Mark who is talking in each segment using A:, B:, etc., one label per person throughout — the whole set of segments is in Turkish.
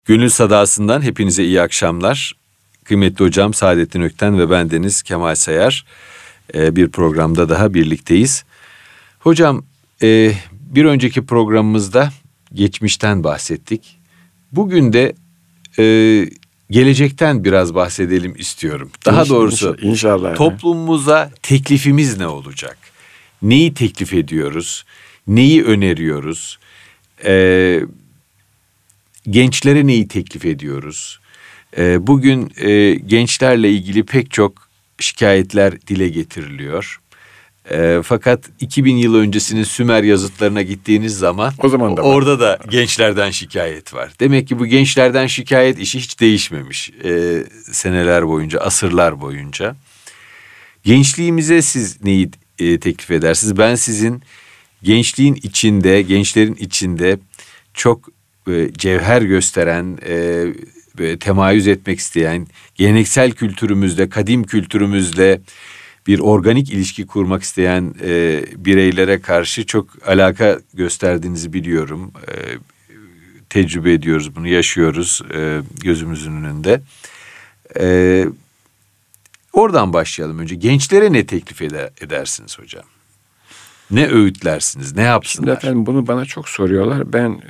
A: Gönül Sadası'ndan hepinize iyi akşamlar. Kıymetli hocam Saadettin Ökten ve bendeniz Kemal Sayar. Bir programda daha birlikteyiz. Hocam bir önceki programımızda geçmişten bahsettik. Bugün de gelecekten biraz bahsedelim istiyorum. Daha doğrusu
B: İnşallah.
A: Toplumumuza teklifimiz ne olacak? Neyi teklif ediyoruz? Neyi öneriyoruz? Gençlere neyi teklif ediyoruz? Bugün gençlerle ilgili pek çok şikayetler dile getiriliyor. Fakat 2000 yıl öncesinin Sümer yazıtlarına gittiğiniz zaman orada da gençlerden şikayet var. Demek ki bu gençlerden şikayet işi hiç değişmemiş seneler boyunca, asırlar boyunca. Gençliğimize siz neyi teklif edersiniz? Ben sizin gençlerin içinde çok cevher gösteren, temayüz etmek isteyen, geleneksel kültürümüzle, kadim kültürümüzle bir organik ilişki kurmak isteyen bireylere karşı çok alaka gösterdiğinizi biliyorum. Tecrübe ediyoruz, bunu yaşıyoruz gözümüzün önünde. Oradan başlayalım önce. Gençlere ne teklif edersiniz hocam? Ne öğütlersiniz, ne yapsınlar?
B: Şimdi efendim bunu bana çok soruyorlar. Ben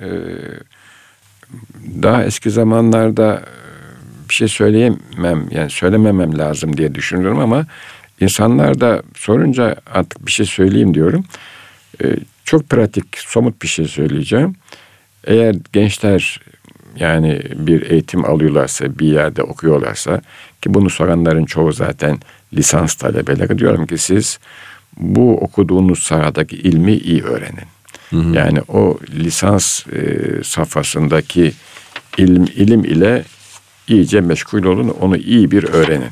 B: daha eski zamanlarda bir şey söyleyemem, yani söylememem lazım diye düşünüyorum ama insanlar da sorunca artık bir şey söyleyeyim diyorum. Çok pratik, somut bir şey söyleyeceğim. Eğer gençler yani bir eğitim alıyorlarsa, bir yerde okuyorlarsa, ki bunu soranların çoğu zaten lisans talebeleri, diyorum ki siz bu okuduğunuz sahadaki ilmi iyi öğrenin. Hı-hı. Yani o lisans safhasındaki ilim ile iyice meşgul olun, onu iyi bir öğrenin.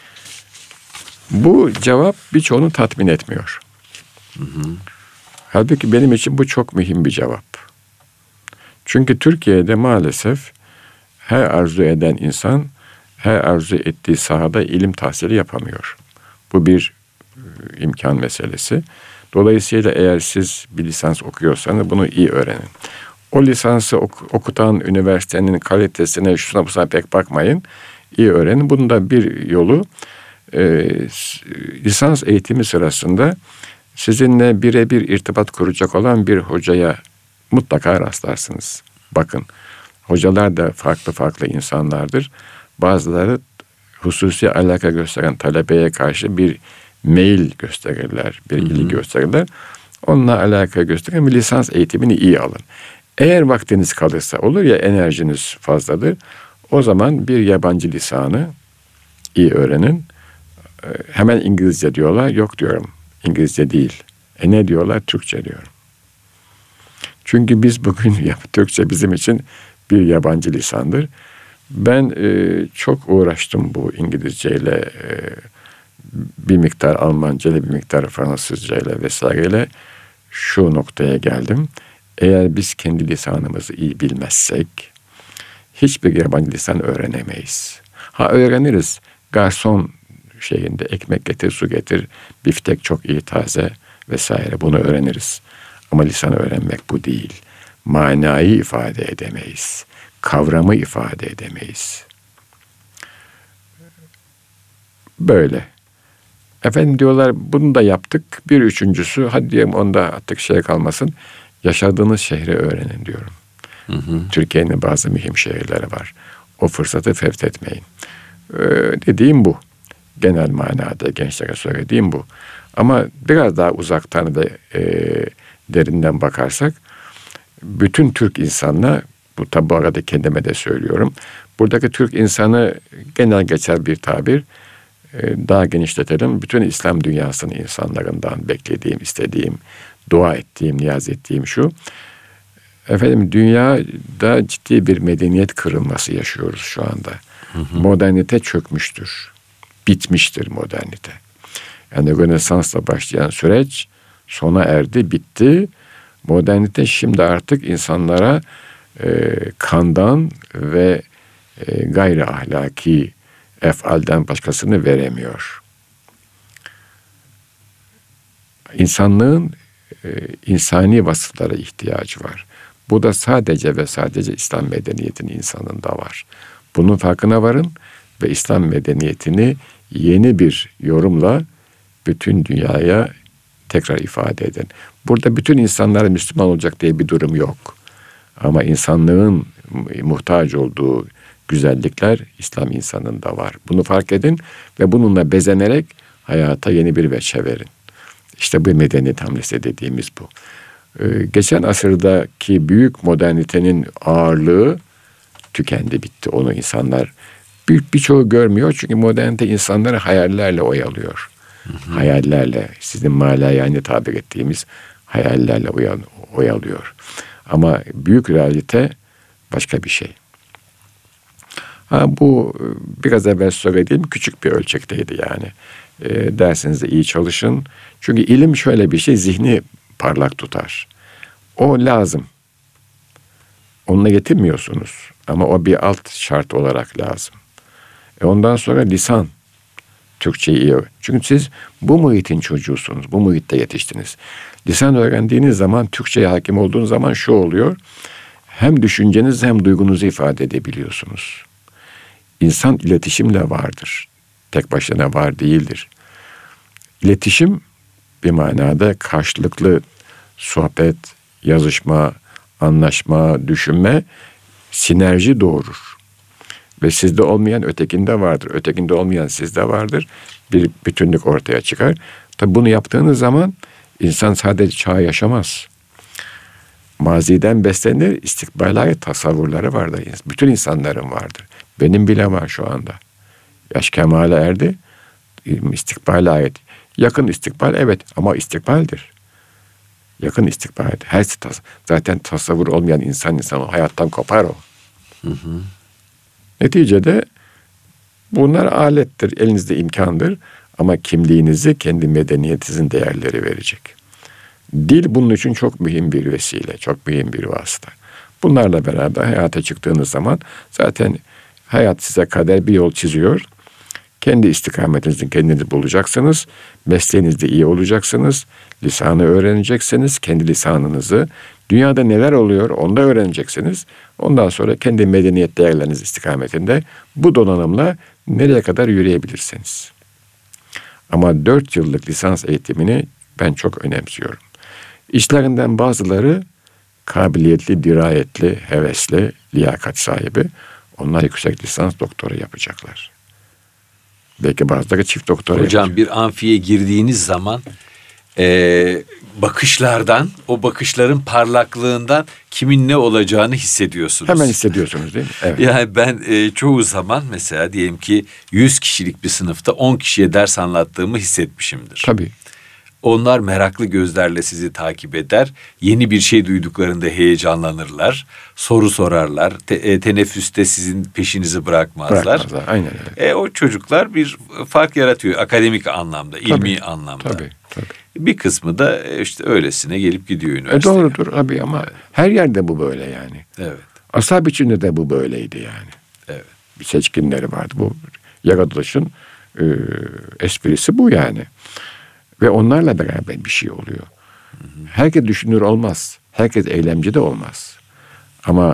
B: Bu cevap birçoğunu tatmin etmiyor. Hı-hı. Halbuki benim için bu çok mühim bir cevap. Çünkü Türkiye'de maalesef her arzu eden insan her arzu ettiği sahada ilim tahsili yapamıyor. Bu bir imkan meselesi. Dolayısıyla eğer siz bir lisans okuyorsanız bunu iyi öğrenin. O lisansı okutan üniversitenin kalitesine, şuna buna pek bakmayın. İyi öğrenin. Bunun da bir yolu lisans eğitimi sırasında sizinle birebir irtibat kuracak olan bir hocaya mutlaka rastlarsınız. Bakın, hocalar da farklı insanlardır. Bazıları hususi alaka gösteren talebeye karşı bir meyil gösterirler, bir ilgi gösterirler. Onunla alaka gösteren bir lisans eğitimini iyi alın. Eğer vaktiniz kalırsa, olur ya enerjiniz fazladır, o zaman bir yabancı lisanı iyi öğrenin. Hemen İngilizce diyorlar, yok diyorum, İngilizce değil. Ne diyorlar? Türkçe diyorum. Çünkü biz bugün Türkçe bizim için bir yabancı lisandır. Ben çok uğraştım bu İngilizceyle, bir miktar Almanca ile, bir miktar Fransızca ile vesaireyle şu noktaya geldim. Eğer biz kendi lisanımızı iyi bilmezsek hiçbir yabancı lisan öğrenemeyiz. Öğreniriz. Garson şeyinde ekmek getir, su getir, biftek çok iyi taze vesaire, bunu öğreniriz. Ama lisanı öğrenmek bu değil. Manayı ifade edemeyiz. Kavramı ifade edemeyiz. Böyle. Efendim diyorlar, bunu da yaptık. Bir üçüncüsü, hadi diyelim onda artık şey kalmasın. Yaşadığınız şehri öğrenin diyorum. Hı. Türkiye'nin bazı mühim şehirleri var. O fırsatı fevtetmeyin. Dediğim bu. Genel manada gençlere söylediğim bu. Ama biraz daha uzaktan ve derinden bakarsak, bütün Türk insanına, bu tabi bu arada kendime de söylüyorum. Buradaki Türk insanı genel geçer bir tabir. Daha genişletelim. Bütün İslam dünyasının insanlarından beklediğim, istediğim, dua ettiğim, niyaz ettiğim şu. Efendim, dünyada ciddi bir medeniyet kırılması yaşıyoruz şu anda. Hı. Modernite çökmüştür. Bitmiştir modernite. Yani Rönesans'la başlayan süreç sona erdi, bitti. Modernite şimdi artık insanlara kandan ve gayri ahlaki efalden başkasını veremiyor. İnsanlığın insani vasıflara ihtiyacı var. Bu da sadece ve sadece İslam medeniyetinin insanında var. Bunun farkına varın ve İslam medeniyetini yeni bir yorumla bütün dünyaya tekrar ifade edin. Burada bütün insanlar Müslüman olacak diye bir durum yok. Ama insanlığın muhtaç olduğu güzellikler İslam insanında var. Bunu fark edin ve bununla bezenerek hayata yeni bir veçe verin. İşte bu medeniyet hamlesi dediğimiz bu. Geçen asırdaki büyük modernitenin ağırlığı tükendi, bitti. Onu insanlar birçoğu görmüyor. Çünkü modernite insanları hayallerle oyalıyor. Hayallerle, sizin malayani tabir ettiğimiz hayallerle oyalıyor. Ama büyük realite başka bir şey. Bu biraz evvel söylediğim küçük bir ölçekteydi yani. Dersinizde iyi çalışın. Çünkü ilim şöyle bir şey, zihni parlak tutar. O lazım. Onunla yetinmiyorsunuz. Ama o bir alt şart olarak lazım. Ondan sonra lisan. Türkçeyi iyi. Çünkü siz bu muhitin çocuğusunuz. Bu muhitte yetiştiniz. Lisan öğrendiğiniz zaman, Türkçeye hakim olduğunuz zaman şu oluyor. Hem düşüncenizi hem duygunuzu ifade edebiliyorsunuz. İnsan iletişimle vardır. Tek başına var değildir. İletişim bir manada karşılıklı sohbet, yazışma, anlaşma, düşünme, sinerji doğurur. Ve sizde olmayan ötekinde vardır. Ötekinde olmayan sizde vardır. Bir bütünlük ortaya çıkar. Tabi bunu yaptığınız zaman insan sadece çağ yaşamaz. Maziden beslenir, istikbale ait tasavvurları vardır. Bütün insanların vardır. Benim bile var şu anda. Yaş kemale erdi. İstikbale ait. Yakın istikbal evet ama istikbaldir. Yakın istikbaldir. Her zaten tasavvur olmayan insan hayattan kopar o. Neticede bunlar alettir. Elinizde imkandır. Ama kimliğinizi kendi medeniyetinizin değerleri verecek. Dil bunun için çok mühim bir vesile. Çok mühim bir vasıta. Bunlarla beraber hayata çıktığınız zaman zaten hayat size kader bir yol çiziyor. Kendi istikametinizi kendiniz bulacaksınız. Mesleğinizde iyi olacaksınız. Lisanı öğreneceksiniz. Kendi lisanınızı. Dünyada neler oluyor onu da öğreneceksiniz. Ondan sonra kendi medeniyet değerleriniz istikametinde bu donanımla nereye kadar yürüyebilirsiniz. Ama 4 yıllık lisans eğitimini ben çok önemsiyorum. İşlerinden bazıları kabiliyetli, dirayetli, hevesli, liyakat sahibi. Onlar yüksek lisans doktora yapacaklar. Belki bazıları çift doktora
A: yapacak. Hocam
B: yapacak.
A: bir amfiye girdiğiniz zaman bakışlardan, o bakışların parlaklığından kimin ne olacağını hissediyorsunuz.
B: Hemen hissediyorsunuz değil mi? Evet.
A: Yani ben çoğu zaman mesela diyelim ki 100 kişilik bir sınıfta 10 kişiye ders anlattığımı hissetmişimdir.
B: Tabii.
A: Onlar meraklı gözlerle sizi takip eder. Yeni bir şey duyduklarında heyecanlanırlar. Soru sorarlar. Teneffüste sizin peşinizi bırakmazlar.
B: Aynen öyle.
A: O çocuklar bir fark yaratıyor akademik anlamda, ilmi anlamda.
B: Tabii.
A: Bir kısmı da işte öylesine gelip gidiyor üniversiteye.
B: Doğrudur abi ama evet. Her yerde bu böyle yani.
A: Evet.
B: Ashab içinde de bu böyleydi yani.
A: Evet.
B: Bir seçkinleri vardı. Bu yaratılışın esprisi bu yani. Ve onlarla beraber bir şey oluyor. Herkes düşünür olmaz. Herkes eylemci de olmaz. Ama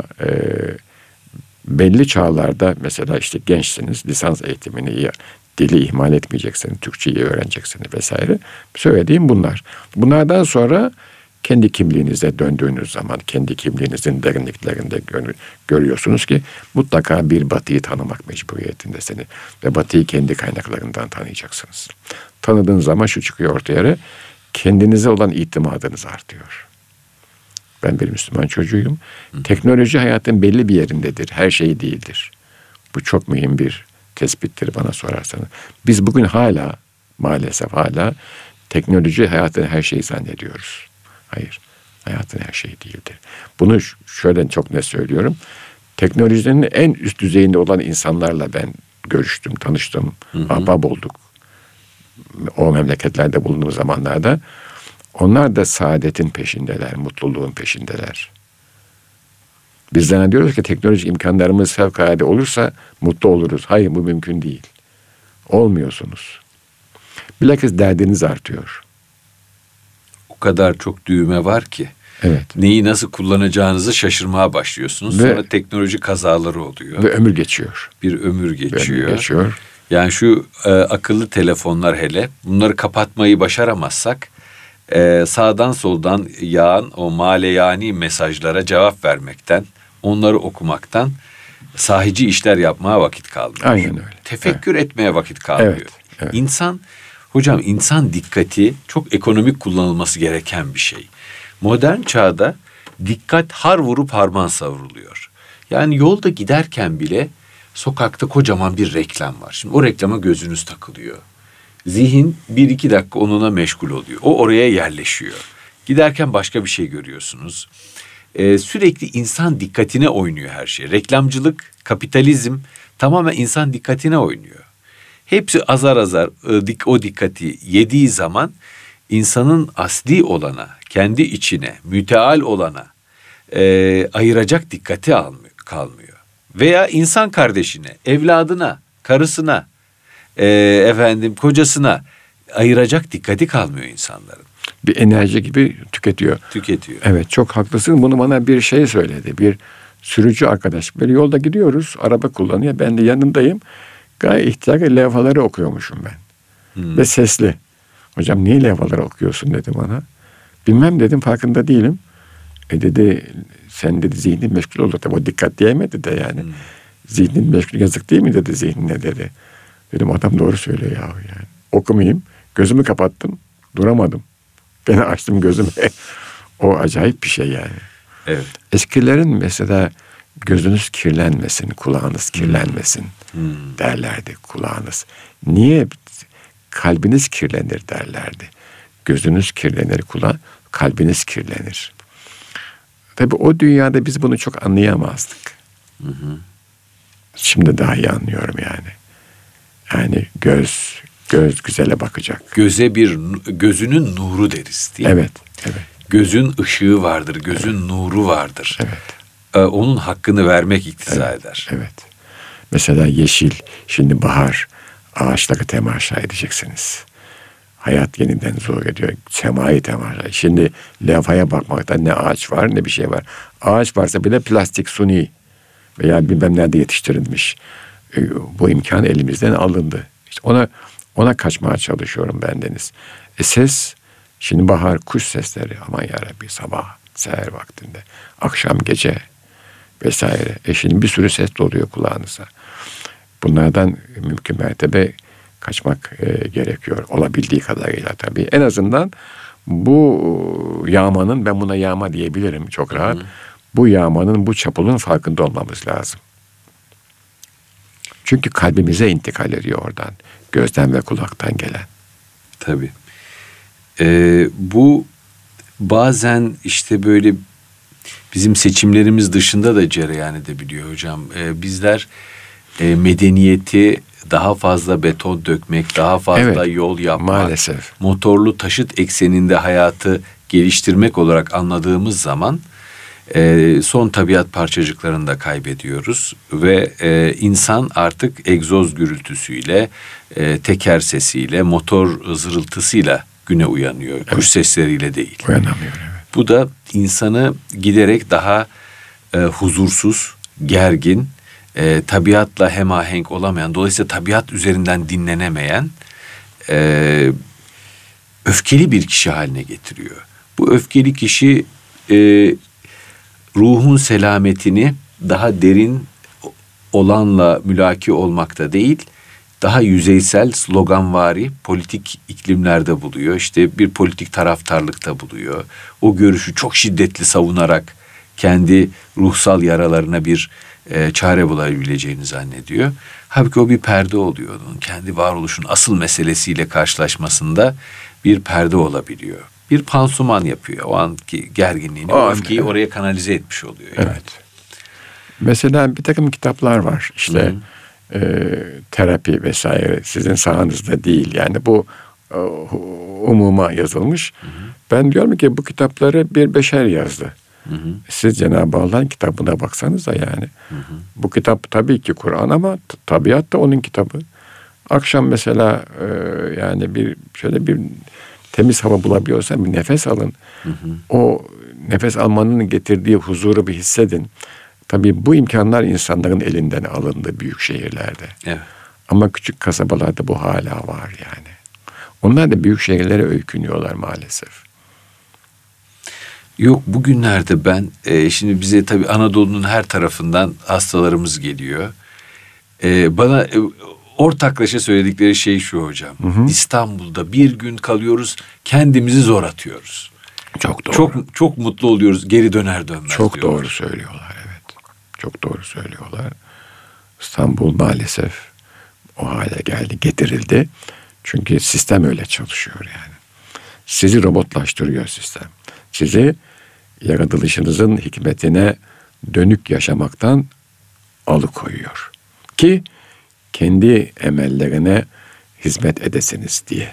B: belli çağlarda mesela işte gençsiniz, lisans eğitimini dili ihmal etmeyeceksiniz, Türkçeyi öğreneceksiniz vesaire. Söylediğim bunlar. Bunlardan sonra kendi kimliğinize döndüğünüz zaman kendi kimliğinizin derinliklerinde görüyorsunuz ki mutlaka bir Batı'yı tanımak mecburiyetindesiniz. Ve Batı'yı kendi kaynaklarından tanıyacaksınız. Tanıdığınız zaman şu çıkıyor ortaya, kendinize olan itimadınız artıyor. Ben bir Müslüman çocuğuyum. Teknoloji hayatın belli bir yerindedir. Her şey değildir. Bu çok mühim bir tespittir bana sorarsanız. Biz bugün maalesef hala teknoloji hayatın her şeyi zannediyoruz. Hayır, hayatın her şeyi değildir. Bunu şöyle çok net söylüyorum. Teknolojinin en üst düzeyinde olan insanlarla ben görüştüm, tanıştım, ahbap olduk. O memleketlerde bulunduğum zamanlarda. Onlar da saadetin peşindeler, mutluluğun peşindeler. Biz zannediyoruz ki teknolojik imkanlarımız fevkalade olursa mutlu oluruz. Hayır, bu mümkün değil. Olmuyorsunuz. Bilakis derdiniz artıyor.
A: O kadar çok düğme var ki.
B: Evet.
A: Neyi nasıl kullanacağınızı şaşırmaya başlıyorsunuz. Sonra teknoloji kazaları oluyor.
B: Ve ömür geçiyor.
A: Bir ömür geçiyor.
B: Ömür geçiyor.
A: Yani şu akıllı telefonlar hele, bunları kapatmayı başaramazsak sağdan soldan yağan o maleyani mesajlara cevap vermekten, onları okumaktan sahici işler yapmaya vakit kalmıyor.
B: Aynen öyle.
A: Tefekkür etmeye vakit kalmıyor.
B: Evet, evet.
A: İnsan dikkati çok ekonomik kullanılması gereken bir şey. Modern çağda dikkat har vurup harman savruluyor. Yani yolda giderken bile sokakta kocaman bir reklam var. Şimdi o reklama gözünüz takılıyor. Zihin 1-2 dakika onunla meşgul oluyor. O oraya yerleşiyor. Giderken başka bir şey görüyorsunuz. Sürekli insan dikkatine oynuyor her şey. Reklamcılık, kapitalizm tamamen insan dikkatine oynuyor. Hepsi azar azar o dikkati yediği zaman insanın asli olana, kendi içine, müteal olana ayıracak dikkati kalmıyor. Veya insan kardeşine, evladına, karısına, kocasına ayıracak dikkati kalmıyor insanların.
B: Bir enerji gibi tüketiyor. Evet, çok haklısın. Bunu bana bir şey söyledi. Bir sürücü arkadaş. Böyle yolda gidiyoruz. Araba kullanıyor. Ben de yanındayım. Gayet ihtiyarlı levhaları okuyormuşum ben. Ve sesli. Hocam niye levhaları okuyorsun dedi bana. Bilmem dedim, farkında değilim. Dedi sen dedi zihnin meşgul olur. Tabii o dikkat diyemedi de yani. Zihnin meşgul, yazık değil mi dedi zihnine dedi. Dedim adam doğru söylüyor ya yani. Okumayayım. Gözümü kapattım. Duramadım. Gene açtım gözümü. O acayip bir şey yani.
A: Evet.
B: Eskilerin mesela gözünüz kirlenmesin, kulağınız kirlenmesin derlerdi, kulağınız. Niye? Kalbiniz kirlenir derlerdi. Gözünüz kirlenir, kalbiniz kirlenir. Tabii o dünyada biz bunu çok anlayamazdık. Şimdi daha iyi anlıyorum yani. Yani göz güzele bakacak.
A: Gözünün nuru deriz değil mi?
B: Evet.
A: Gözün ışığı vardır, gözün nuru vardır.
B: Evet.
A: Onun hakkını vermek iktiza eder.
B: Evet. Mesela yeşil, şimdi bahar, ağaçları temaşa edeceksiniz. Hayat yeniden zuhur ediyor. Semayı temaşa. Şimdi levhaya bakmakta ne ağaç var ne bir şey var. Ağaç varsa bile plastik, suni veya bilmem nerede yetiştirilmiş. Bu imkan elimizden alındı. İşte ona kaçmaya çalışıyorum bendeniz. Ses, şimdi bahar, kuş sesleri, aman yarabbi, sabah, seher vaktinde, akşam, gece vesaire. Şimdi bir sürü ses doluyor kulağınıza. Bunlardan mümkün mertebe kaçmak gerekiyor. Olabildiği kadarıyla tabii. En azından bu yağmanın, ben buna yağma diyebilirim çok rahat. Bu yağmanın, bu çapulun farkında olmamız lazım. Çünkü kalbimize intikal ediyor oradan. Gözden ve kulaktan gelen.
A: Tabii. Bu bazen işte böyle bizim seçimlerimiz dışında da cereyan edebiliyor hocam. Bizler medeniyeti daha fazla beton dökmek, daha fazla yol yapmak,
B: maalesef
A: motorlu taşıt ekseninde hayatı geliştirmek olarak anladığımız zaman son tabiat parçacıklarını da kaybediyoruz ve insan artık egzoz gürültüsüyle, teker sesiyle, motor zırıltısıyla güne uyanıyor. Evet. Kuş sesleriyle değil.
B: Uyanamıyor. Evet.
A: Bu da insanı giderek daha huzursuz, gergin, tabiatla hemahenk olamayan, dolayısıyla tabiat üzerinden dinlenemeyen, öfkeli bir kişi haline getiriyor. Bu öfkeli kişi ruhun selametini daha derin olanla mülaki olmakta değil, daha yüzeysel, sloganvari politik iklimlerde buluyor. İşte bir politik taraftarlıkta buluyor. O görüşü çok şiddetli savunarak kendi ruhsal yaralarına bir çare bulabileceğini zannediyor. Halbuki o bir perde oluyor. Onun kendi varoluşun asıl meselesiyle karşılaşmasında bir perde olabiliyor. Bir pansuman yapıyor. O anki gerginliğini, o öfkeyi oraya kanalize etmiş oluyor. Yani.
B: Evet. Mesela bir takım kitaplar var. İşte terapi vesaire sizin sahanızda değil. Yani bu umuma yazılmış. Ben diyorum ki bu kitapları bir beşer yazdı. Siz Cenab-ı Allah'ın kitabına baksanıza yani. Bu kitap tabii ki Kur'an ama tabiat da onun kitabı. Akşam mesela yani şöyle bir temiz hava bulabiliyorsan bir nefes alın. O nefes almanın getirdiği huzuru bir hissedin. Tabii bu imkanlar insanların elinden alındı büyük şehirlerde.
A: Evet.
B: Ama küçük kasabalarda bu hala var yani. Onlar da büyük şehirlere öykünüyorlar maalesef.
A: Yok, bugünlerde ben şimdi bize tabii Anadolu'nun her tarafından hastalarımız geliyor. Bana ortaklaşa söyledikleri şey şu hocam. İstanbul'da bir gün kalıyoruz, kendimizi zor atıyoruz.
B: Çok doğru.
A: Çok mutlu oluyoruz geri döner dönmez
B: Çok
A: diyorlar.
B: doğru söylüyorlar, evet. Çok doğru söylüyorlar. İstanbul maalesef o hale geldi, getirildi. Çünkü sistem öyle çalışıyor yani. Sizi robotlaştırıyor sistem. Sizi yaratılışınızın hikmetine dönük yaşamaktan alıkoyuyor. Ki kendi emellerine hizmet edesiniz diye.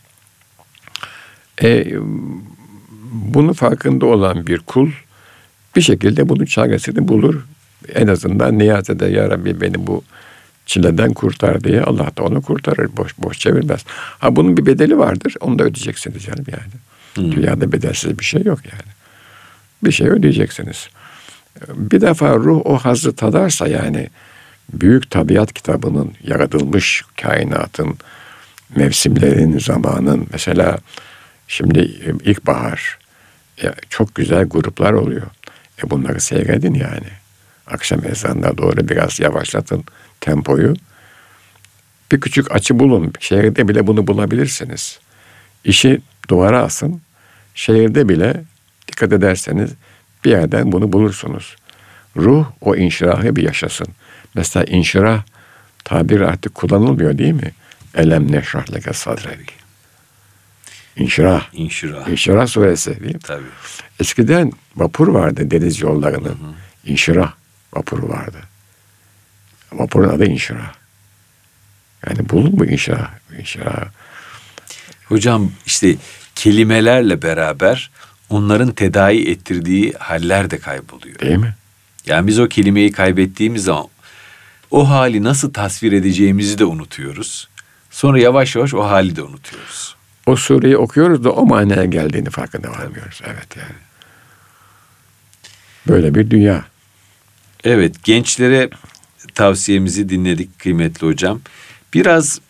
B: Bunun farkında olan bir kul bir şekilde bunun çaresini bulur. En azından niyaz eder, ya Rabbi beni bu çileden kurtar diye. Allah da onu kurtarır. Boş çevirmez. Ha, bunun bir bedeli vardır. Onu da ödeyeceksiniz canım yani. Dünyada bedelsiz bir şey yok yani. Bir şey ödeyeceksiniz. Bir defa ruh o hazzı tadarsa yani büyük tabiat kitabının, yaratılmış kainatın, mevsimlerin, zamanın, mesela şimdi ilkbahar, çok güzel gruplar oluyor. Bunları seyredin yani. Akşam ezanına doğru biraz yavaşlatın tempoyu. Bir küçük açı bulun. Şehirde bile bunu bulabilirsiniz. İşi duvara asın. Şehirde bile dikkat ederseniz bir yerden bunu bulursunuz. Ruh o inşirahı bir yaşasın. Mesela inşirah tabir artık kullanılmıyor değil mi? Elem neşrah leke sadrek. İnşirah. İnşirah suresi değil mi?
A: Tabii.
B: Eskiden vapur vardı deniz yollarının. İnşirah vapuru vardı. Vapurun adı inşirah. Yani bulun bu inşirah.
A: Hocam işte kelimelerle beraber onların tedavi ettirdiği haller de kayboluyor.
B: Değil mi?
A: Yani biz o kelimeyi kaybettiğimiz zaman o hali nasıl tasvir edeceğimizi de unutuyoruz. Sonra yavaş yavaş o hali de unutuyoruz.
B: O sureyi okuyoruz da o manaya geldiğini farkında varmıyoruz. Evet yani. Böyle bir dünya.
A: Evet, gençlere tavsiyemizi dinledik kıymetli hocam. Biraz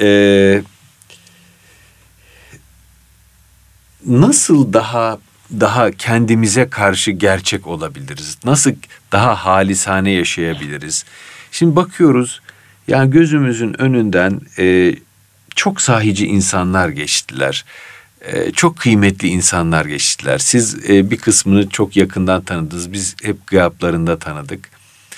A: nasıl daha kendimize karşı gerçek olabiliriz? Nasıl daha halisane yaşayabiliriz? Şimdi bakıyoruz, yani gözümüzün önünden çok sahici insanlar geçtiler. Çok kıymetli insanlar geçtiler. Siz bir kısmını çok yakından tanıdınız. Biz hep gıyaplarında tanıdık.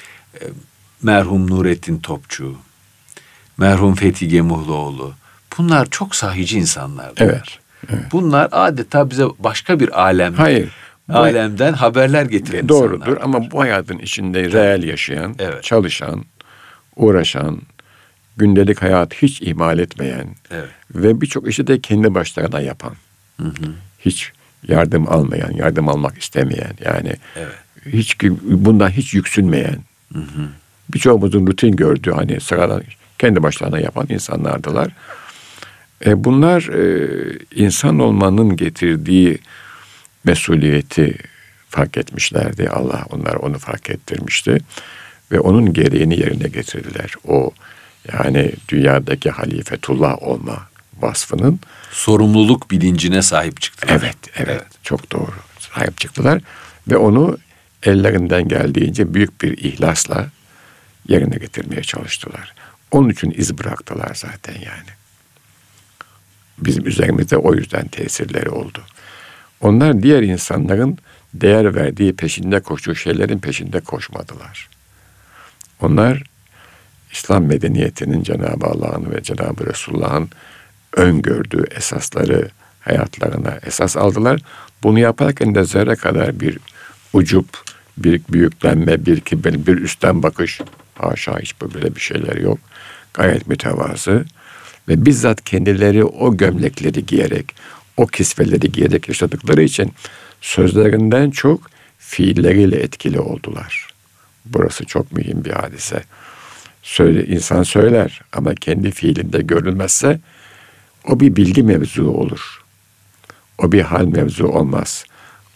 A: Merhum Nurettin Topçu, merhum Fethi Gemuhluoğlu. Bunlar çok sahici insanlardı.
B: Evet.
A: Bunlar adeta bize başka bir alemden haberler getiren
B: doğrudur
A: insanlar.
B: ama bu hayatın içinde reel yaşayan,
A: evet,
B: çalışan, uğraşan, gündelik hayatı hiç ihmal etmeyen,
A: evet,
B: ve birçok işi de kendi başlarına yapan, hiç yardım almayan, yardım almak istemeyen, yani
A: evet,
B: bundan hiç yüksünmeyen, birçoğumuzun rutin gördüğü, hani sıradan kendi başlarına yapan insanlardılar. Bunlar insan olmanın getirdiği mesuliyeti fark etmişlerdi. Allah onu fark ettirmişti ve onun gereğini yerine getirdiler. O yani dünyadaki halifetullah olma vasfının
A: sorumluluk bilincine sahip çıktılar.
B: Evet. Çok doğru. Sahip çıktılar ve onu ellerinden geldiğince büyük bir ihlasla yerine getirmeye çalıştılar. Onun için iz bıraktılar zaten yani. Bizim üzerimizde o yüzden tesirleri oldu. Onlar diğer insanların değer verdiği, peşinde koştuğu şeylerin peşinde koşmadılar. Onlar İslam medeniyetinin, Cenab-ı Allah'ın ve Cenab-ı Resulullah'ın öngördüğü esasları hayatlarına esas aldılar. Bunu yaparken de zerre kadar bir ucup, bir büyüklenme, bir kibir, bir üstten bakış, haşa, hiç böyle bir şeyler yok. Gayet mütevazı ve bizzat kendileri o gömlekleri giyerek, o kisveleri giyerek yaşadıkları için sözlerinden çok fiilleriyle etkili oldular. Burası çok mühim bir hadise. İnsan söyler ama kendi fiilinde görülmezse o bir bilgi mevzu olur. O bir hal mevzu olmaz.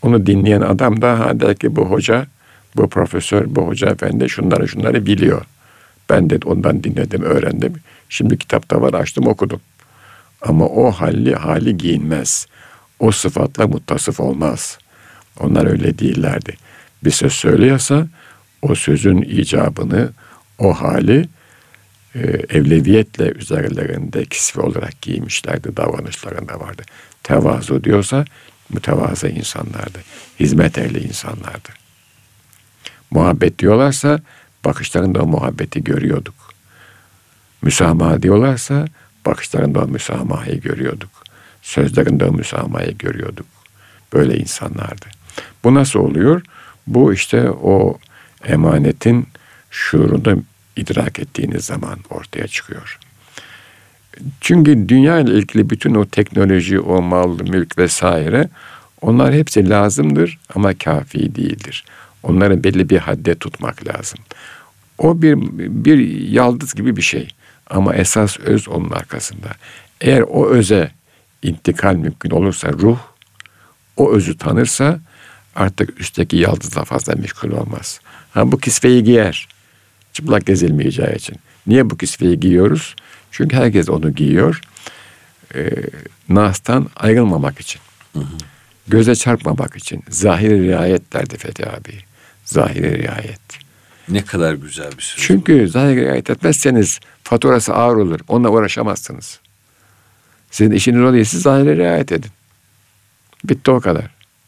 B: Onu dinleyen adam da der ki bu hoca, bu profesör, bu hoca efendi şunları biliyor. Ben de ondan dinledim, öğrendim. Şimdi kitapta var, açtım, okudum. Ama o hali giyinmez. O sıfatla muttasıf olmaz. Onlar öyle değillerdi. Bir söz söylüyorsa o sözün icabını, o hali evleviyetle üzerlerinde kisve olarak giymişlerdi, davranışlarında vardı. Tevazu diyorsa mütevazı insanlardı, hizmet ehli insanlardı. Muhabbet diyorlarsa bakışlarında o muhabbeti görüyorduk. Müsamaha diyorlarsa bakışlarında o müsamahayı görüyorduk. Sözlerinde o müsamahayı görüyorduk. Böyle insanlardı. Bu nasıl oluyor? Bu işte o emanetin şuurunu idrak ettiğiniz zaman ortaya çıkıyor. Çünkü dünya ile ilgili bütün o teknoloji, o mal, mülk vesaire, onlar hepsi lazımdır ama kafi değildir. Onları belli bir hadde tutmak lazım. O bir yaldız gibi bir şey. Ama esas öz onun arkasında. Eğer o öze intikal mümkün olursa ruh, o özü tanırsa artık üstteki yaldızla fazla meşgul olmaz. Bu kisveyi giyer. Çıplak gezilmeyeceği için. Niye bu kisveyi giyiyoruz? Çünkü herkes onu giyiyor. Nas'tan ayrılmamak için. Göze çarpmamak için. Zahiri riayet derdi Fethi abi. Zahiri riayet.
A: Ne kadar güzel bir söz.
B: Çünkü zahiri riayet etmezseniz faturası ağır olur. Onunla uğraşamazsınız. Sizin işiniz o değil. Siz zahiri riayet edin. Bitti o kadar.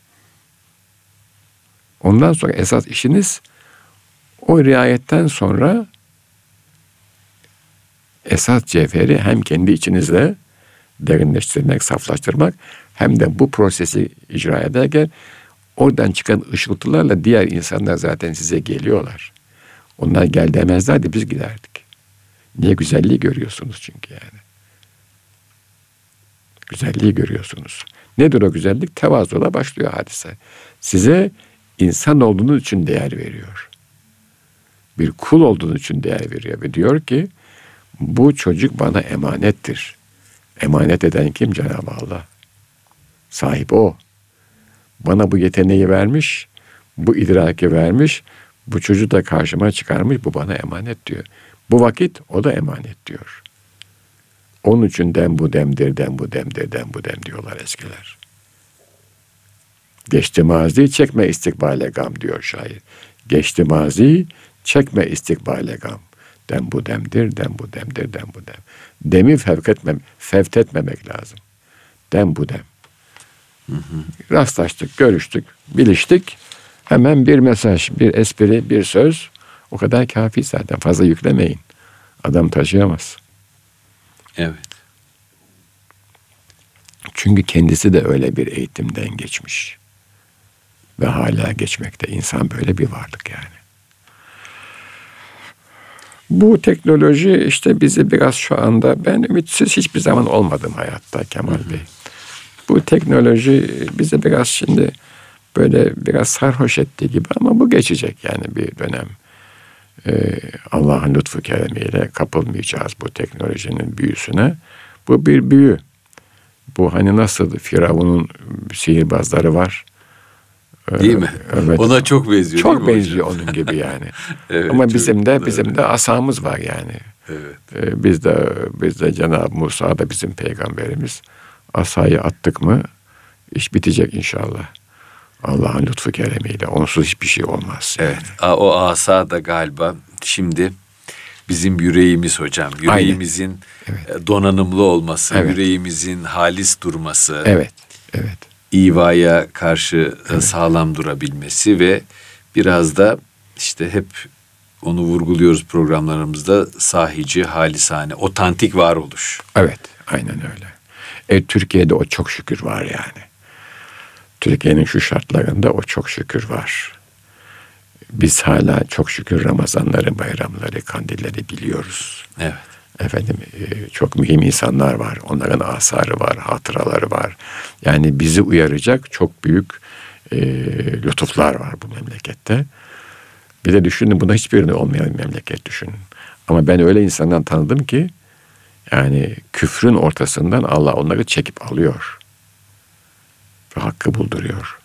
B: Ondan sonra esas işiniz o riayetten sonra esas cevheri hem kendi içinizde derinleştirmek, saflaştırmak hem de bu prosesi icra ederken oradan çıkan ışıltılarla diğer insanlar zaten size geliyorlar. Onlar gel demezlerdi, biz giderdik. Niye? Güzelliği görüyorsunuz çünkü yani. Güzelliği görüyorsunuz. Nedir o güzellik? Tevazuyla başlıyor hadise. Size insan olduğunuz için değer veriyor. Bir kul olduğunuz için değer veriyor ve diyor ki bu çocuk bana emanettir. Emanet eden kim? Cenab-ı Allah. Sahip o. Bana bu yeteneği vermiş, bu idraki vermiş, bu çocuğu da karşıma çıkarmış, bu bana emanet diyor. Bu vakit o da emanet diyor. Onun için dem bu demdir, dem bu demdir, dem bu dem diyorlar eskiler. Geçti mazi çekme istikbale gam diyor şair. Geçti mazi çekme istikbale gam. Dem bu demdir, dem bu demdir, dem bu dem. Demi fevtetmemek lazım. Dem bu dem. Rastlaştık, görüştük, biliştik. Hemen bir mesaj, bir espri, bir söz. O kadar kafi zaten. Fazla yüklemeyin. Adam taşıyamaz.
A: Evet.
B: Çünkü kendisi de öyle bir eğitimden geçmiş. Ve hala geçmekte. İnsan böyle bir varlık yani. Bu teknoloji işte bizi biraz şu anda, ben ümitsiz hiçbir zaman olmadım hayatta Kemal Bey. Bu teknoloji bizi biraz şimdi böyle biraz sarhoş ettiği gibi ama bu geçecek yani bir dönem. Allah'ın lütfu keremiyle kapılmayacağız bu teknolojinin büyüsüne. Bu bir büyü. Bu hani nasıl Firavun'un sihirbazları var.
A: Değil mi?
B: Evet.
A: Ona çok benziyor.
B: Çok benziyor onun gibi yani.
A: Evet,
B: ama bizim de asamız var yani.
A: Evet.
B: Biz de Cenab-ı Musa da bizim peygamberimiz. Asayı attık mı iş bitecek inşallah. Allah'ın lütfu keremiyle. Onsuz hiçbir şey olmaz.
A: Evet. O asa da galiba şimdi bizim yüreğimiz hocam. Yüreğimizin donanımlı olması, yüreğimizin halis durması.
B: Evet.
A: İvaya karşı sağlam durabilmesi ve biraz da işte hep onu vurguluyoruz programlarımızda, sahici, halisane, otantik varoluş.
B: Evet, aynen öyle. Türkiye'de o çok şükür var yani. Türkiye'nin şu şartlarında o çok şükür var. Biz hala çok şükür Ramazanları, bayramları, kandilleri biliyoruz.
A: Evet.
B: Efendim çok mühim insanlar var. Onların asarı var, hatıraları var. Yani bizi uyaracak çok büyük lütuflar var bu memlekette. Bir de düşünün, buna hiçbirini olmayan bir memleket düşünün. Ama ben öyle insandan tanıdım ki yani küfrün ortasından Allah onları çekip alıyor. Ve hakkı bulduruyor.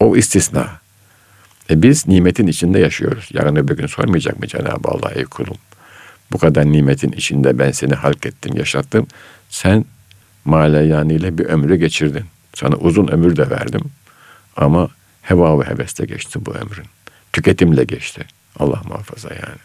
B: O istisna. Biz nimetin içinde yaşıyoruz. Yarın öbür gün sormayacak mı Cenab-ı Allah, ey kulum? Bu kadar nimetin içinde ben seni halk ettim, yaşattım. Sen maleyaniyle bir ömrü geçirdin. Sana uzun ömür de verdim. Ama heva ve hevesle geçti bu ömrün. Tüketimle geçti. Allah muhafaza yani.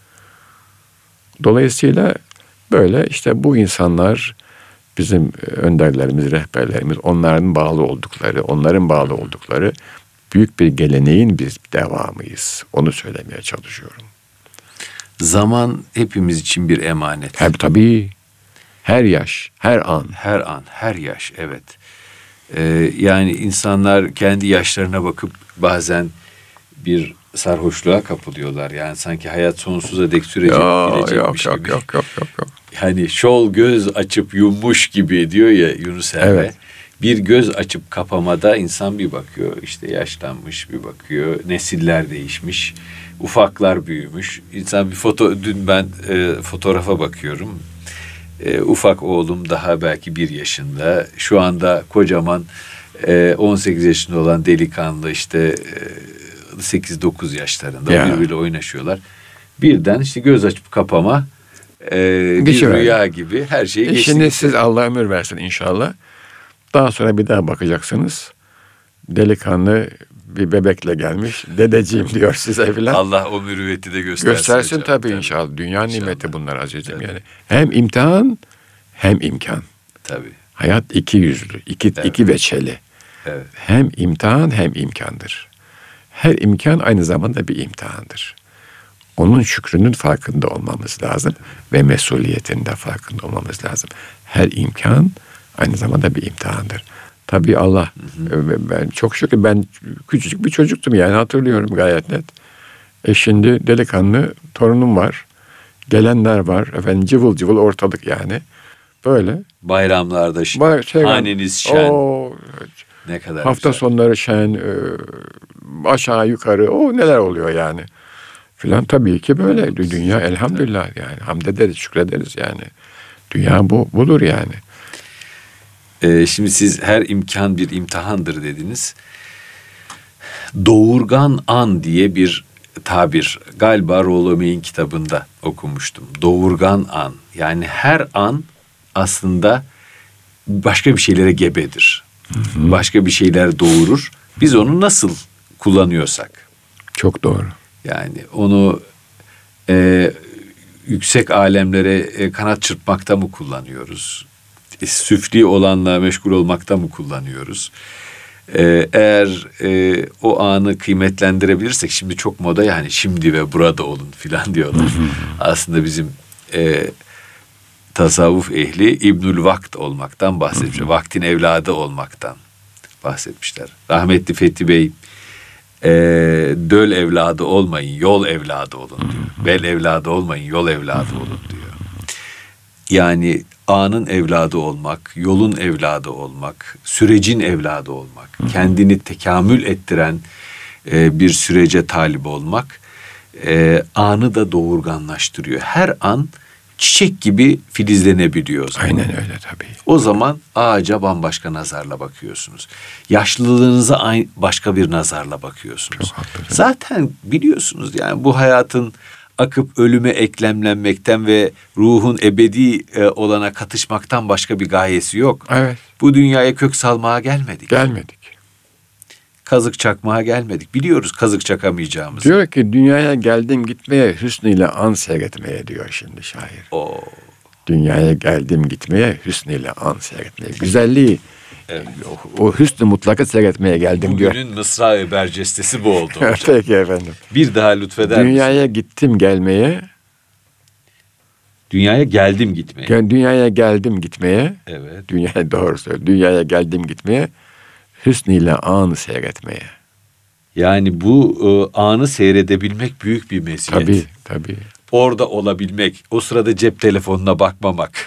B: Dolayısıyla böyle işte bu insanlar bizim önderlerimiz, rehberlerimiz, onların bağlı oldukları büyük bir geleneğin biz devamıyız. Onu söylemeye çalışıyorum.
A: Zaman hepimiz için bir emanet.
B: Tabii. Her yaş, her an.
A: Her an, her yaş, evet. Yani insanlar kendi yaşlarına bakıp bazen bir sarhoşluğa kapılıyorlar. Yani sanki hayat sonsuza dek sürecekmiş gibi.
B: Yok.
A: Hani şol göz açıp yummuş gibi diyor ya Yunus Emre.
B: Evet.
A: Bir göz açıp kapamada insan bir bakıyor, işte yaşlanmış, bir bakıyor, nesiller değişmiş, ufaklar büyümüş. İnsan dün ben fotoğrafa bakıyorum. Ufak oğlum daha belki 1 yaşında. Şu anda kocaman 18 yaşında olan delikanlı işte 8-9 yaşlarında birbiriyle oynaşıyorlar. Birden işte göz açıp kapama bir rüya gibi her şeyi geçti.
B: Şimdi siz Allah ömür versin inşallah. Daha sonra bir daha bakacaksınız. Delikanlı bir bebekle gelmiş. Dedeciğim diyor size filan.
A: Allah o mürüvveti de göstersin.
B: Göstersin hocam, tabii inşallah. Dünya nimeti bunlar azizim tabii. Yani. Hem imtihan hem imkan.
A: Tabii.
B: Hayat iki yüzlü, iki veçeli.
A: Evet.
B: Hem imtihan hem imkandır. Her imkan aynı zamanda bir imtihandır. Onun şükrünün farkında olmamız lazım ve mesuliyetinin de farkında olmamız lazım. Her imkan aynı zamanda bir imtihandır. Tabii Allah, ben çok şükür, ben küçücük bir çocuktum yani, hatırlıyorum gayet net. Şimdi delikanlı torunum var. Gelenler var. Efendim cıvıl cıvıl ortalık yani. Böyle.
A: Bayramlarda haneniz şen. Ne kadar
B: hafta
A: güzel.
B: Sonları şen. Aşağı yukarı. Neler oluyor yani. Filan tabii ki böyle. Dünya elhamdülillah yani. Hamd ederiz, şükrederiz yani. Dünya budur yani.
A: Şimdi siz her imkan bir imtihandır dediniz. Doğurgan an diye bir tabir galiba Rollo May'in kitabında okumuştum. Doğurgan an, yani her an aslında başka bir şeylere gebedir. Başka bir şeyler doğurur. Biz onu nasıl kullanıyorsak.
B: Çok doğru.
A: Yani onu yüksek alemlere kanat çırpmakta mı kullanıyoruz? Süfli olanla meşgul olmakta mı kullanıyoruz? Eğer o anı kıymetlendirebilirsek, şimdi çok moda yani şimdi ve burada olun filan diyorlar. Aslında bizim tasavvuf ehli İbnül Vakt olmaktan bahsetmişler. Vaktin evladı olmaktan bahsetmişler. Rahmetli Fethi Bey döl evladı olmayın, yol evladı olun diyor. Bel evladı olmayın, yol evladı olun diyor. Yani anın evladı olmak, yolun evladı olmak, sürecin evladı olmak, kendini tekamül ettiren bir sürece talip olmak anı da doğurganlaştırıyor. Her an çiçek gibi filizlenebiliyor o zaman.
B: Aynen öyle tabii.
A: O zaman ağaca bambaşka nazarla bakıyorsunuz. Yaşlılığınıza başka bir nazarla bakıyorsunuz.
B: Çok haklısın.
A: Zaten biliyorsunuz yani bu hayatın akıp ölüme eklemlenmekten ve ruhun ebedi olana katışmaktan başka bir gayesi yok.
B: Evet.
A: Bu dünyaya kök salmaya gelmedik.
B: Gelmedik.
A: Kazık çakmaya gelmedik. Biliyoruz kazık çakamayacağımızı.
B: Diyor ki dünyaya geldim gitmeye, hüsnüyle an seyretmeye diyor şimdi şair. Dünyaya geldim gitmeye, hüsnüyle an seyretmeye. Güzelliği, evet. O hüsnü mutlakı seyretmeye geldim diyor.
A: Bugünün Mısra-i Bercestesi bu oldu hocam.
B: Peki efendim.
A: Bir daha lütfeder
B: dünyaya misin? Gittim gelmeye.
A: Dünyaya geldim gitmeye.
B: Dünyaya geldim gitmeye.
A: Evet.
B: Dünyaya doğru söylüyor. Dünyaya geldim gitmeye. Hüsnüyle anı seyretmeye.
A: Yani bu anı seyredebilmek büyük bir meziyet.
B: Tabii.
A: Orada olabilmek, o sırada cep telefonuna bakmamak.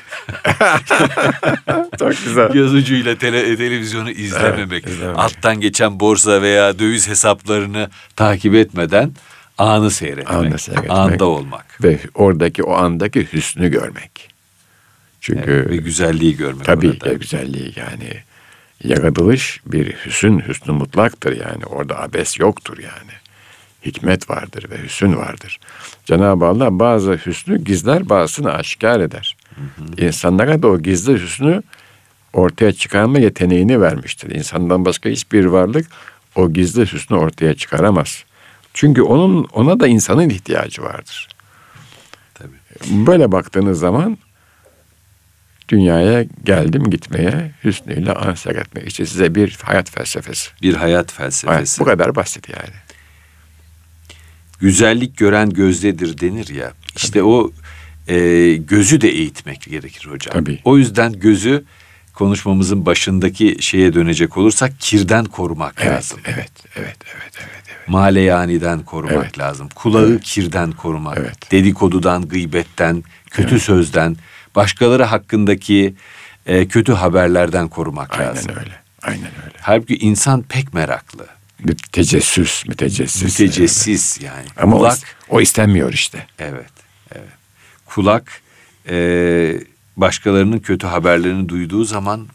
B: Çok güzel.
A: Göz ucuyla televizyonu izlememek. Evet, alttan geçen borsa veya döviz hesaplarını takip etmeden anı seyretmek. Anda olmak.
B: Ve oradaki o andaki hüsnü görmek. Çünkü
A: ve güzelliği görmek.
B: Tabii güzelliği yani. Yaratılış bir hüsnü mutlaktır yani. Orada abes yoktur yani. Hikmet vardır ve hüsn vardır. Cenab-ı Allah bazı hüsnü gizler, bazısını aşikar eder. İnsanlara da o gizli hüsnü ortaya çıkarma yeteneğini vermiştir. İnsandan başka hiçbir varlık o gizli hüsnü ortaya çıkaramaz. Çünkü ona da insanın ihtiyacı vardır.
A: Tabii.
B: Böyle baktığınız zaman dünyaya geldim gitmeye, hüsnüyle ansar etmek. İşte size bir hayat felsefesi.
A: Bir hayat felsefesi.
B: Evet, bu kadar basit yani.
A: Güzellik gören gözdedir denir ya. İşte o gözü de eğitmek gerekir hocam.
B: Tabii.
A: O yüzden gözü konuşmamızın başındaki şeye dönecek olursak kirden korumak lazım.
B: Evet.
A: Maleyaniden korumak lazım. Kulağı kirden korumak.
B: Evet.
A: Dedikodudan, gıybetten, kötü sözden, başkaları hakkındaki kötü haberlerden korumak lazım.
B: Aynen öyle.
A: Halbuki insan pek meraklı. Mütecessis yani.
B: Ama
A: kulak,
B: o istenmiyor işte.
A: Evet. Kulak başkalarının kötü haberlerini duyduğu zaman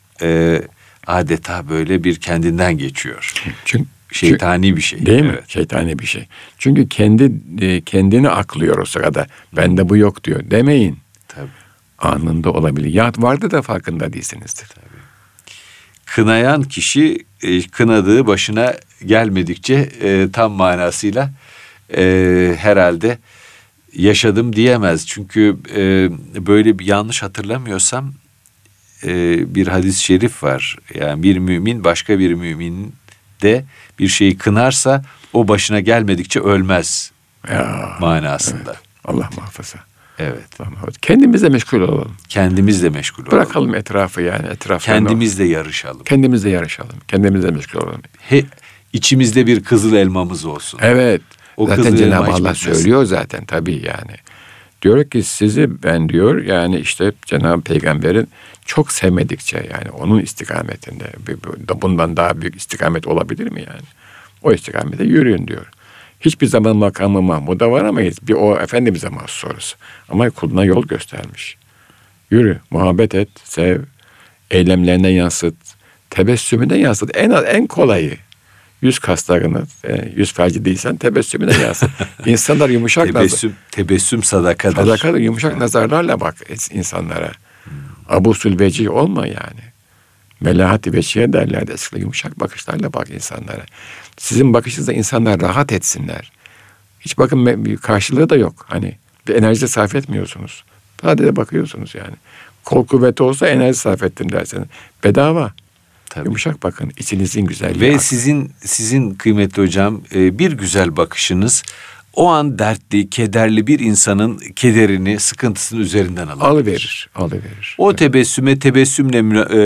A: adeta böyle bir kendinden geçiyor.
B: Çünkü
A: şeytani bir şey.
B: Değil mi? Şeytani bir şey. Çünkü kendini aklıyor o sırada. Bende bu yok diyor. Demeyin.
A: Tabii.
B: Anında olabilir. Ya vardı da farkında değilsinizdir.
A: Tabii. Kınayan kişi kınadığı başına gelmedikçe tam manasıyla herhalde yaşadım diyemez. Çünkü böyle bir yanlış hatırlamıyorsam bir hadis-i şerif var. Yani bir mümin başka bir müminin de bir şeyi kınarsa o başına gelmedikçe ölmez manasında.
B: Evet. Allah muhafaza.
A: Evet.
B: Kendimizle meşgul olalım.
A: Kendimizle meşgul olalım.
B: Bırakalım etrafı yani.
A: Kendimizle yarışalım.
B: Kendimizle meşgul olalım.
A: İçimizde bir kızıl elmamız olsun.
B: Evet.
A: O
B: zaten Cenab-ı Allah söylüyor zaten tabii yani. Diyor ki sizi ben diyor yani işte Cenab-ı Peygamber'in çok sevmedikçe yani onun istikametinde bundan daha büyük istikamet olabilir mi yani? O istikamete yürüyün diyor. Hiçbir zaman makamı Mahmud'a varamayız. Bir o Efendimiz'e mahsus orası. Ama kuluna yol göstermiş. Yürü, muhabbet et, sev, eylemlerine yansıt, tebessümüne yansıt. En kolayı. Yüz kaslarını, yüz felci değilsen tebessümüne yansıt. İnsanlar yumuşak
A: tebessüm sadakadır.
B: Sadakadır, yumuşak nazarlarla bak insanlara. Abusül vecih olma yani. Melahat-i veçhiye derlerdi eskiden. Yumuşak bakışlarla bak insanlara. Sizin bakışınızda insanlar rahat etsinler. Hiç bakın karşılığı da yok. Hani bir enerji sarf etmiyorsunuz. Sadece bakıyorsunuz yani. Kol kuvveti olsa enerji sarf ettim derseniz. Bedava. Tabii. Yumuşak bakın. İçinizin güzelliği.
A: Ve sizin kıymetli hocam bir güzel bakışınız o an dertli, kederli bir insanın kederini, sıkıntısını üzerinden
B: alıverir.
A: O tebessümle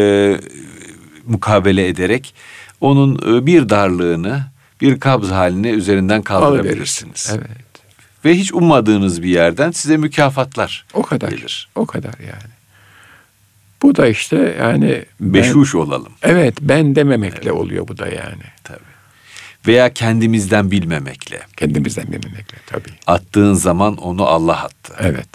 A: mukabele ederek onun bir darlığını, bir kabz halini üzerinden kaldırabilirsiniz.
B: Evet.
A: Ve hiç ummadığınız bir yerden size mükafatlar gelir.
B: O kadar yani. Bu da işte yani
A: beşuş olalım.
B: Evet, ben dememekle oluyor bu da yani.
A: Tabii. Veya kendimizden bilmemekle.
B: Tabii.
A: Attığın zaman onu Allah attı.
B: Evet.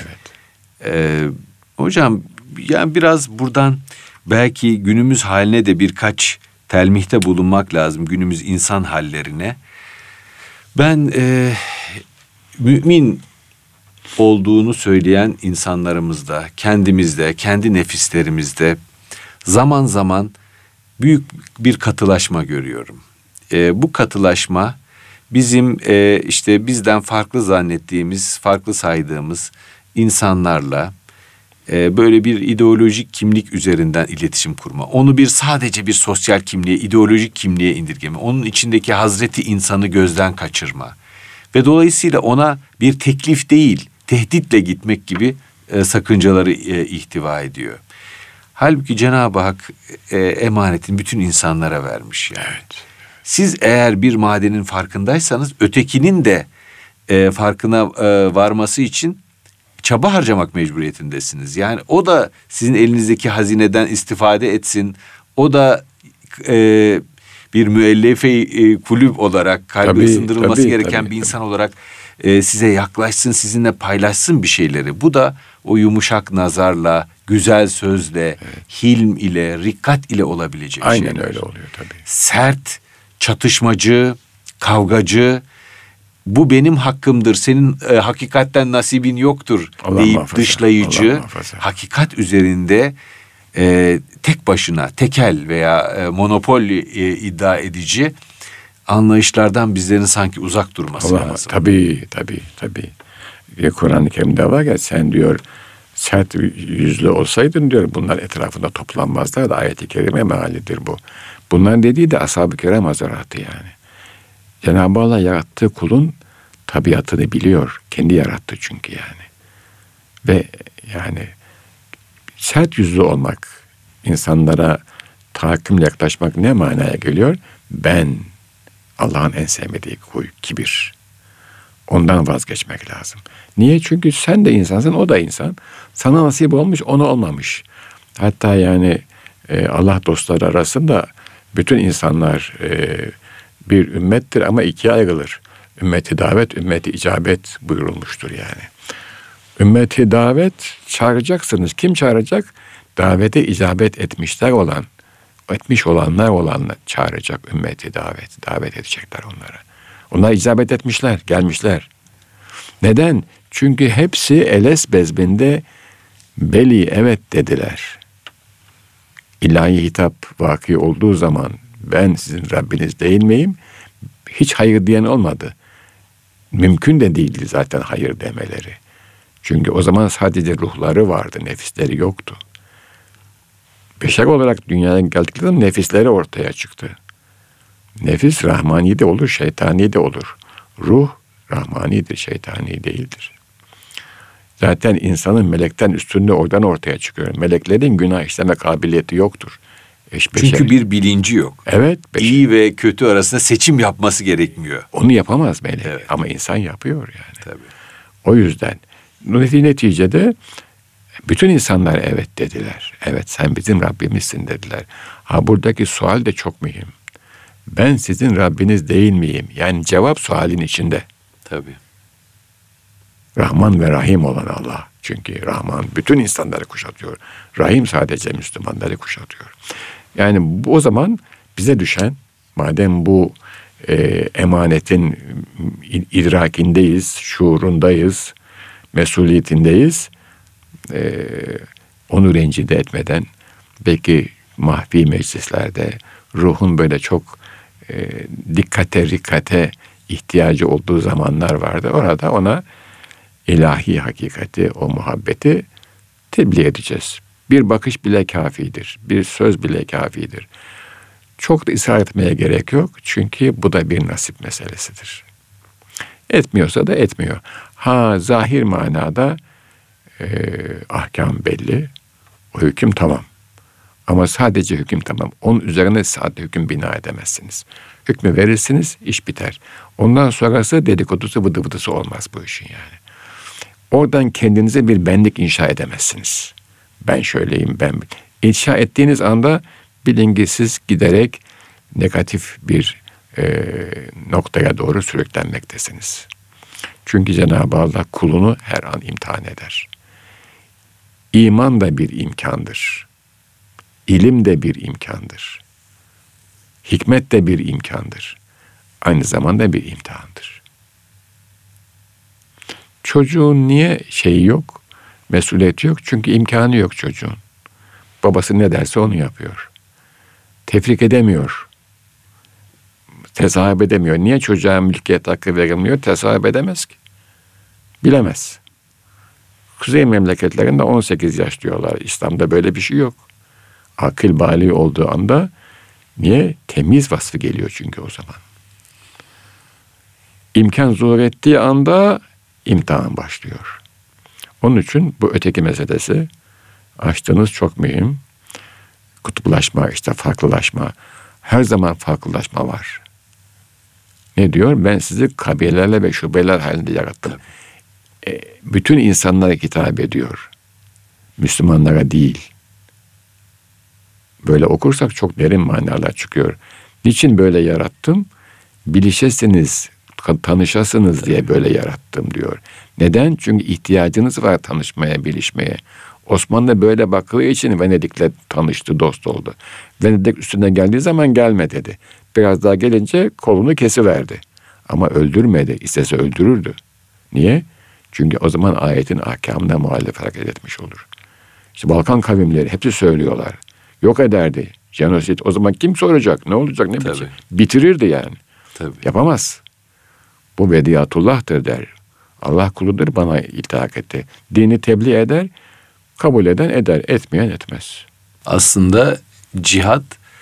A: Hocam yani biraz buradan belki günümüz haline de birkaç telmihte bulunmak lazım. Günümüz insan hallerine. Ben mümin olduğunu söyleyen insanlarımızda, kendimizde, kendi nefislerimizde zaman zaman büyük bir katılaşma görüyorum. Bu katılaşma bizim işte bizden farklı zannettiğimiz, farklı saydığımız insanlarla böyle bir ideolojik kimlik üzerinden iletişim kurma. Onu sadece bir sosyal kimliğe, ideolojik kimliğe indirgeme. Onun içindeki Hazreti insanı gözden kaçırma. Ve dolayısıyla ona bir teklif değil, tehditle gitmek gibi sakıncaları ihtiva ediyor. Halbuki Cenab-ı Hak emanetin bütün insanlara vermiş yani.
B: Evet.
A: Siz eğer bir madenin farkındaysanız ötekinin de farkına varması için çaba harcamak mecburiyetindesiniz. Yani o da sizin elinizdeki hazineden istifade etsin. O da bir müellefe kulüp olarak kalbi ısındırılması gereken bir insan olarak size yaklaşsın, sizinle paylaşsın bir şeyleri. Bu da o yumuşak nazarla, güzel sözle, hilm ile, rikkat ile olabilecek şeyler.
B: Aynen öyle oluyor tabii.
A: Sert, çatışmacı, kavgacı, bu benim hakkımdır, senin hakikatten nasibin yoktur
B: Allah
A: deyip
B: muhafaza,
A: dışlayıcı,
B: Allah muhafaza.
A: hakikat üzerinde tek başına, tekel veya monopol iddia edici anlayışlardan bizlerin sanki uzak durması lazım.
B: Tabii. Kur'an-ı Kerim'de var ya, sen diyor sert yüzlü olsaydın diyor bunlar etrafında toplanmazlar da, ayet-i kerime mealidir bu. Bunların dediği de ashab-ı kiram hazaratı yani. Cenab-ı Allah yarattığı kulun tabiatını biliyor. Kendi yarattı çünkü yani. Ve yani sert yüzlü olmak, insanlara tahakkümle yaklaşmak ne manaya geliyor? Ben, Allah'ın en sevmediği huy, kibir. Ondan vazgeçmek lazım. Niye? Çünkü sen de insansın, o da insan. Sana nasip olmuş, ona olmamış. Hatta yani Allah dostları arasında bütün insanlar bir ümmettir ama ikiye ayrılır. Ümmeti davet, ümmeti icabet buyurulmuştur yani. Ümmeti davet çağıracaksınız. Kim çağıracak? Davete icabet etmiş olanlar çağıracak ümmeti davet. Davet edecekler onlara. Onlar icabet etmişler, gelmişler. Neden? Çünkü hepsi eles bezbinde beli evet dediler. İlahi hitap vaki olduğu zaman ben sizin Rabbiniz değil miyim? Hiç hayır diyen olmadı. Mümkün de değildi zaten hayır demeleri. Çünkü o zaman sadece ruhları vardı, nefisleri yoktu. Beşer olarak dünyaya geldiklerinde nefisleri ortaya çıktı. Nefis rahmani de olur, şeytani de olur. Ruh rahmanidir, şeytani değildir. Zaten insanın melekten üstünlüğü oradan ortaya çıkıyor. Meleklerin günah işleme kabiliyeti yoktur.
A: Çünkü bir bilinci yok.
B: Evet.
A: İyi ve kötü arasında seçim yapması gerekmiyor.
B: Onu yapamaz melek.
A: Evet.
B: Ama insan yapıyor yani.
A: Tabii.
B: O yüzden neticede bütün insanlar evet dediler. Evet, sen bizim Rabbimizsin dediler. Buradaki sual de çok mühim. Ben sizin Rabbiniz değil miyim? Yani cevap sualin içinde.
A: Tabii.
B: Rahman ve Rahim olan Allah. Çünkü Rahman bütün insanları kuşatıyor. Rahim sadece Müslümanları kuşatıyor. Yani o zaman bize düşen, madem bu emanetin idrakindeyiz, şuurundayız, mesuliyetindeyiz, onu rencide etmeden, belki mahfi meclislerde ruhun böyle çok dikkate ihtiyacı olduğu zamanlar vardı. Orada ona ilahi hakikati, o muhabbeti tebliğ edeceğiz. Bir bakış bile kafidir. Bir söz bile kafidir. Çok da ısrar etmeye gerek yok. Çünkü bu da bir nasip meselesidir. Etmiyorsa da etmiyor. Zahir manada ahkam belli. O hüküm tamam. Ama sadece hüküm tamam. Onun üzerine sadece hüküm bina edemezsiniz. Hükmü verirsiniz, iş biter. Ondan sonrası dedikodusu, vıdı vıdısı olmaz bu işin yani. Oradan kendinize bir benlik inşa edemezsiniz. Ben şöyleyim, ben... İnşa ettiğiniz anda bilin ki siz giderek negatif bir noktaya doğru sürüklenmektesiniz. Çünkü Cenab-ı Allah kulunu her an imtihan eder. İman da bir imkandır. İlim de bir imkandır. Hikmet de bir imkandır. Aynı zamanda bir imtihandır. Çocuğun niye şeyi yok? Mesuliyeti yok. Çünkü imkanı yok çocuğun. Babası ne derse onu yapıyor. Tefrik edemiyor. Tesahip edemiyor. Niye çocuğa mülkiyet hakkı verilmiyor? Tesahip edemez ki. Bilemez. Kuzey memleketlerinde 18 yaş diyorlar. İslam'da böyle bir şey yok. Akıl bali olduğu anda niye? Temiz vasfı geliyor çünkü o zaman. İmkan zuhur ettiği anda imtihan başlıyor. Onun için bu öteki meselesi açtığınız çok mühim. Kutuplaşma, işte farklılaşma. Her zaman farklılaşma var. Ne diyor? Ben sizi kabilelerle ve şubeler halinde yarattım. Bütün insanlara hitap ediyor. Müslümanlara değil. Böyle okursak çok derin manalar çıkıyor. Niçin böyle yarattım? Bilişesiniz tanışasınız diye böyle yarattım diyor. Neden? Çünkü ihtiyacınız var tanışmaya, bilişmeye. Osmanlı böyle baktığı için Venedik'le tanıştı, dost oldu. Venedik üstüne geldiği zaman gelme dedi. Biraz daha gelince kolunu kesiverdi. Ama öldürmedi. İstese öldürürdü. Niye? Çünkü o zaman ayetin ahkamına muhalefet hareket etmiş olur. İşte Balkan kavimleri hepsi söylüyorlar. Yok ederdi. Jenosit. O zaman kim soracak? Ne olacak? Ne biçim? Bitirirdi yani.
A: Tabii.
B: Yapamaz. Bu vediyatullah'tır der. Allah kuludur, bana iltihak etti. Dini tebliğ eder, kabul eden eder, etmeyen etmez.
A: Aslında cihat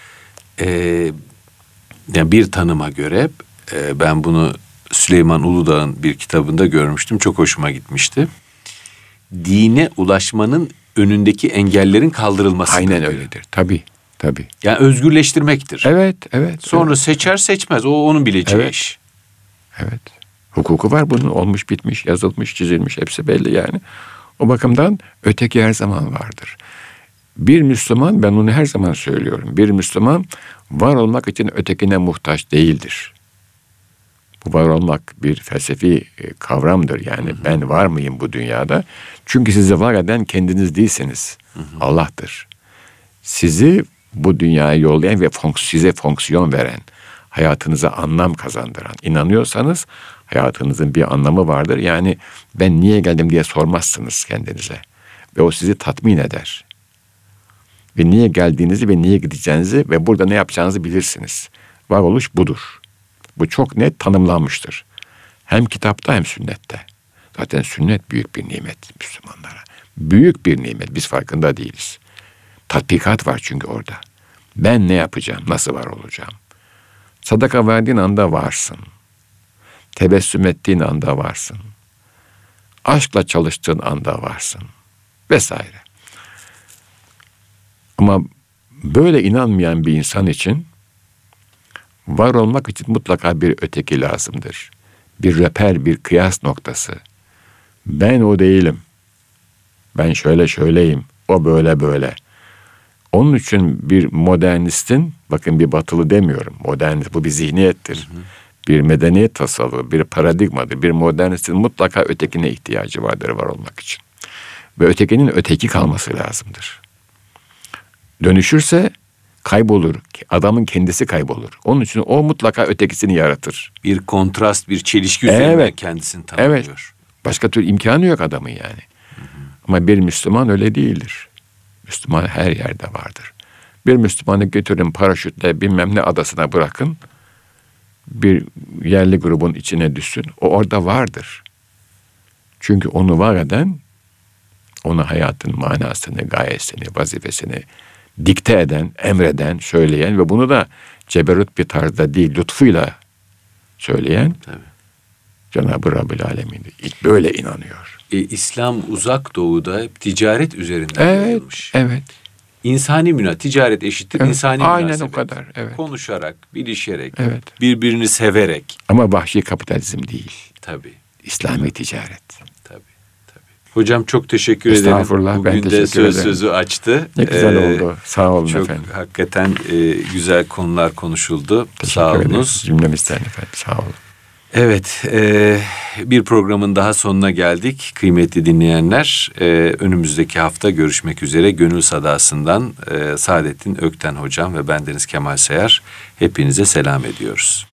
A: yani bir tanıma göre ben bunu Süleyman Uludağ'ın bir kitabında görmüştüm. Çok hoşuma gitmişti. Dine ulaşmanın önündeki engellerin kaldırılması.
B: Aynen öyledir. Tabii.
A: Yani özgürleştirmektir.
B: Evet.
A: Sonra seçer seçmez. O onun bileceği iş.
B: Evet. Hukuku var bunun. Olmuş, bitmiş, yazılmış, çizilmiş. Hepsi belli yani. O bakımdan öteki her zaman vardır. Bir Müslüman, ben onu her zaman söylüyorum. Bir Müslüman var olmak için ötekine muhtaç değildir. Bu var olmak bir felsefi kavramdır. Yani ben var mıyım bu dünyada? Çünkü sizi var eden kendiniz değilsiniz. Allah'tır. Sizi bu dünyaya yollayan ve size fonksiyon veren, hayatınıza anlam kazandıran. İnanıyorsanız hayatınızın bir anlamı vardır. Yani ben niye geldim diye sormazsınız kendinize. Ve o sizi tatmin eder. Ve niye geldiğinizi ve niye gideceğinizi ve burada ne yapacağınızı bilirsiniz. Varoluş budur. Bu çok net tanımlanmıştır. Hem kitapta hem sünnette. Zaten sünnet büyük bir nimet Müslümanlara. Büyük bir nimet. Biz farkında değiliz. Tatbikat var çünkü orada. Ben ne yapacağım? Nasıl var olacağım? Sadaka verdiğin anda varsın. Tebessüm ettiğin anda varsın. Aşkla çalıştığın anda varsın. Vesaire. Ama böyle inanmayan bir insan için var olmak için mutlaka bir öteki lazımdır. Bir reper, bir kıyas noktası. Ben o değilim. Ben şöyleyim. O böyle. Onun için bir modernistin, bakın bir batılı demiyorum. Modernist bu bir zihniyettir. Bir medeniyet tasavvuru, bir paradigmadır. Bir modernistin mutlaka ötekine ihtiyacı vardır var olmak için. Ve ötekinin öteki kalması lazımdır. Dönüşürse kaybolur. Adamın kendisi kaybolur. Onun için o mutlaka ötekisini yaratır.
A: Bir kontrast, bir çelişki üzerinden kendisini tanımlıyor. Evet.
B: Başka türlü imkanı yok adamın yani. Ama bir Müslüman öyle değildir. Müslüman her yerde vardır. Bir Müslümanı götürün paraşütle bilmem ne adasına bırakın. Bir yerli grubun içine düşsün. O orada vardır. Çünkü onu var eden, ona hayatın manasını, gayesini, vazifesini dikte eden, emreden, söyleyen ve bunu da ceberut bir tarzda değil, lütfuyla söyleyen Cenab-ı Rabbül Alemin'dir. İlk böyle inanıyor.
A: İslam uzak doğuda ticaret üzerinden yayılmış.
B: Evet.
A: İnsani münasebet, ticaret eşittir insani münasebet.
B: Aynen o kadar. Evet.
A: Konuşarak, bilişerek,
B: birbirini
A: severek.
B: Ama vahşi kapitalizm değil.
A: Tabii.
B: İslami ticaret.
A: Tabii. Hocam çok teşekkür ederim.
B: Estağfurullah.
A: Bugün de sözü açtı.
B: Ne güzel oldu. Sağ olun efendim.
A: Çok hakikaten güzel konular konuşuldu.
B: Sağ olunuz. Cümlemizden efendim. Sağ olun.
A: Evet, bir programın daha sonuna geldik kıymetli dinleyenler. Önümüzdeki hafta görüşmek üzere. Gönül Sadası'ndan Saadettin Ökten Hocam ve bendeniz Kemal Sayar hepinize selam ediyoruz.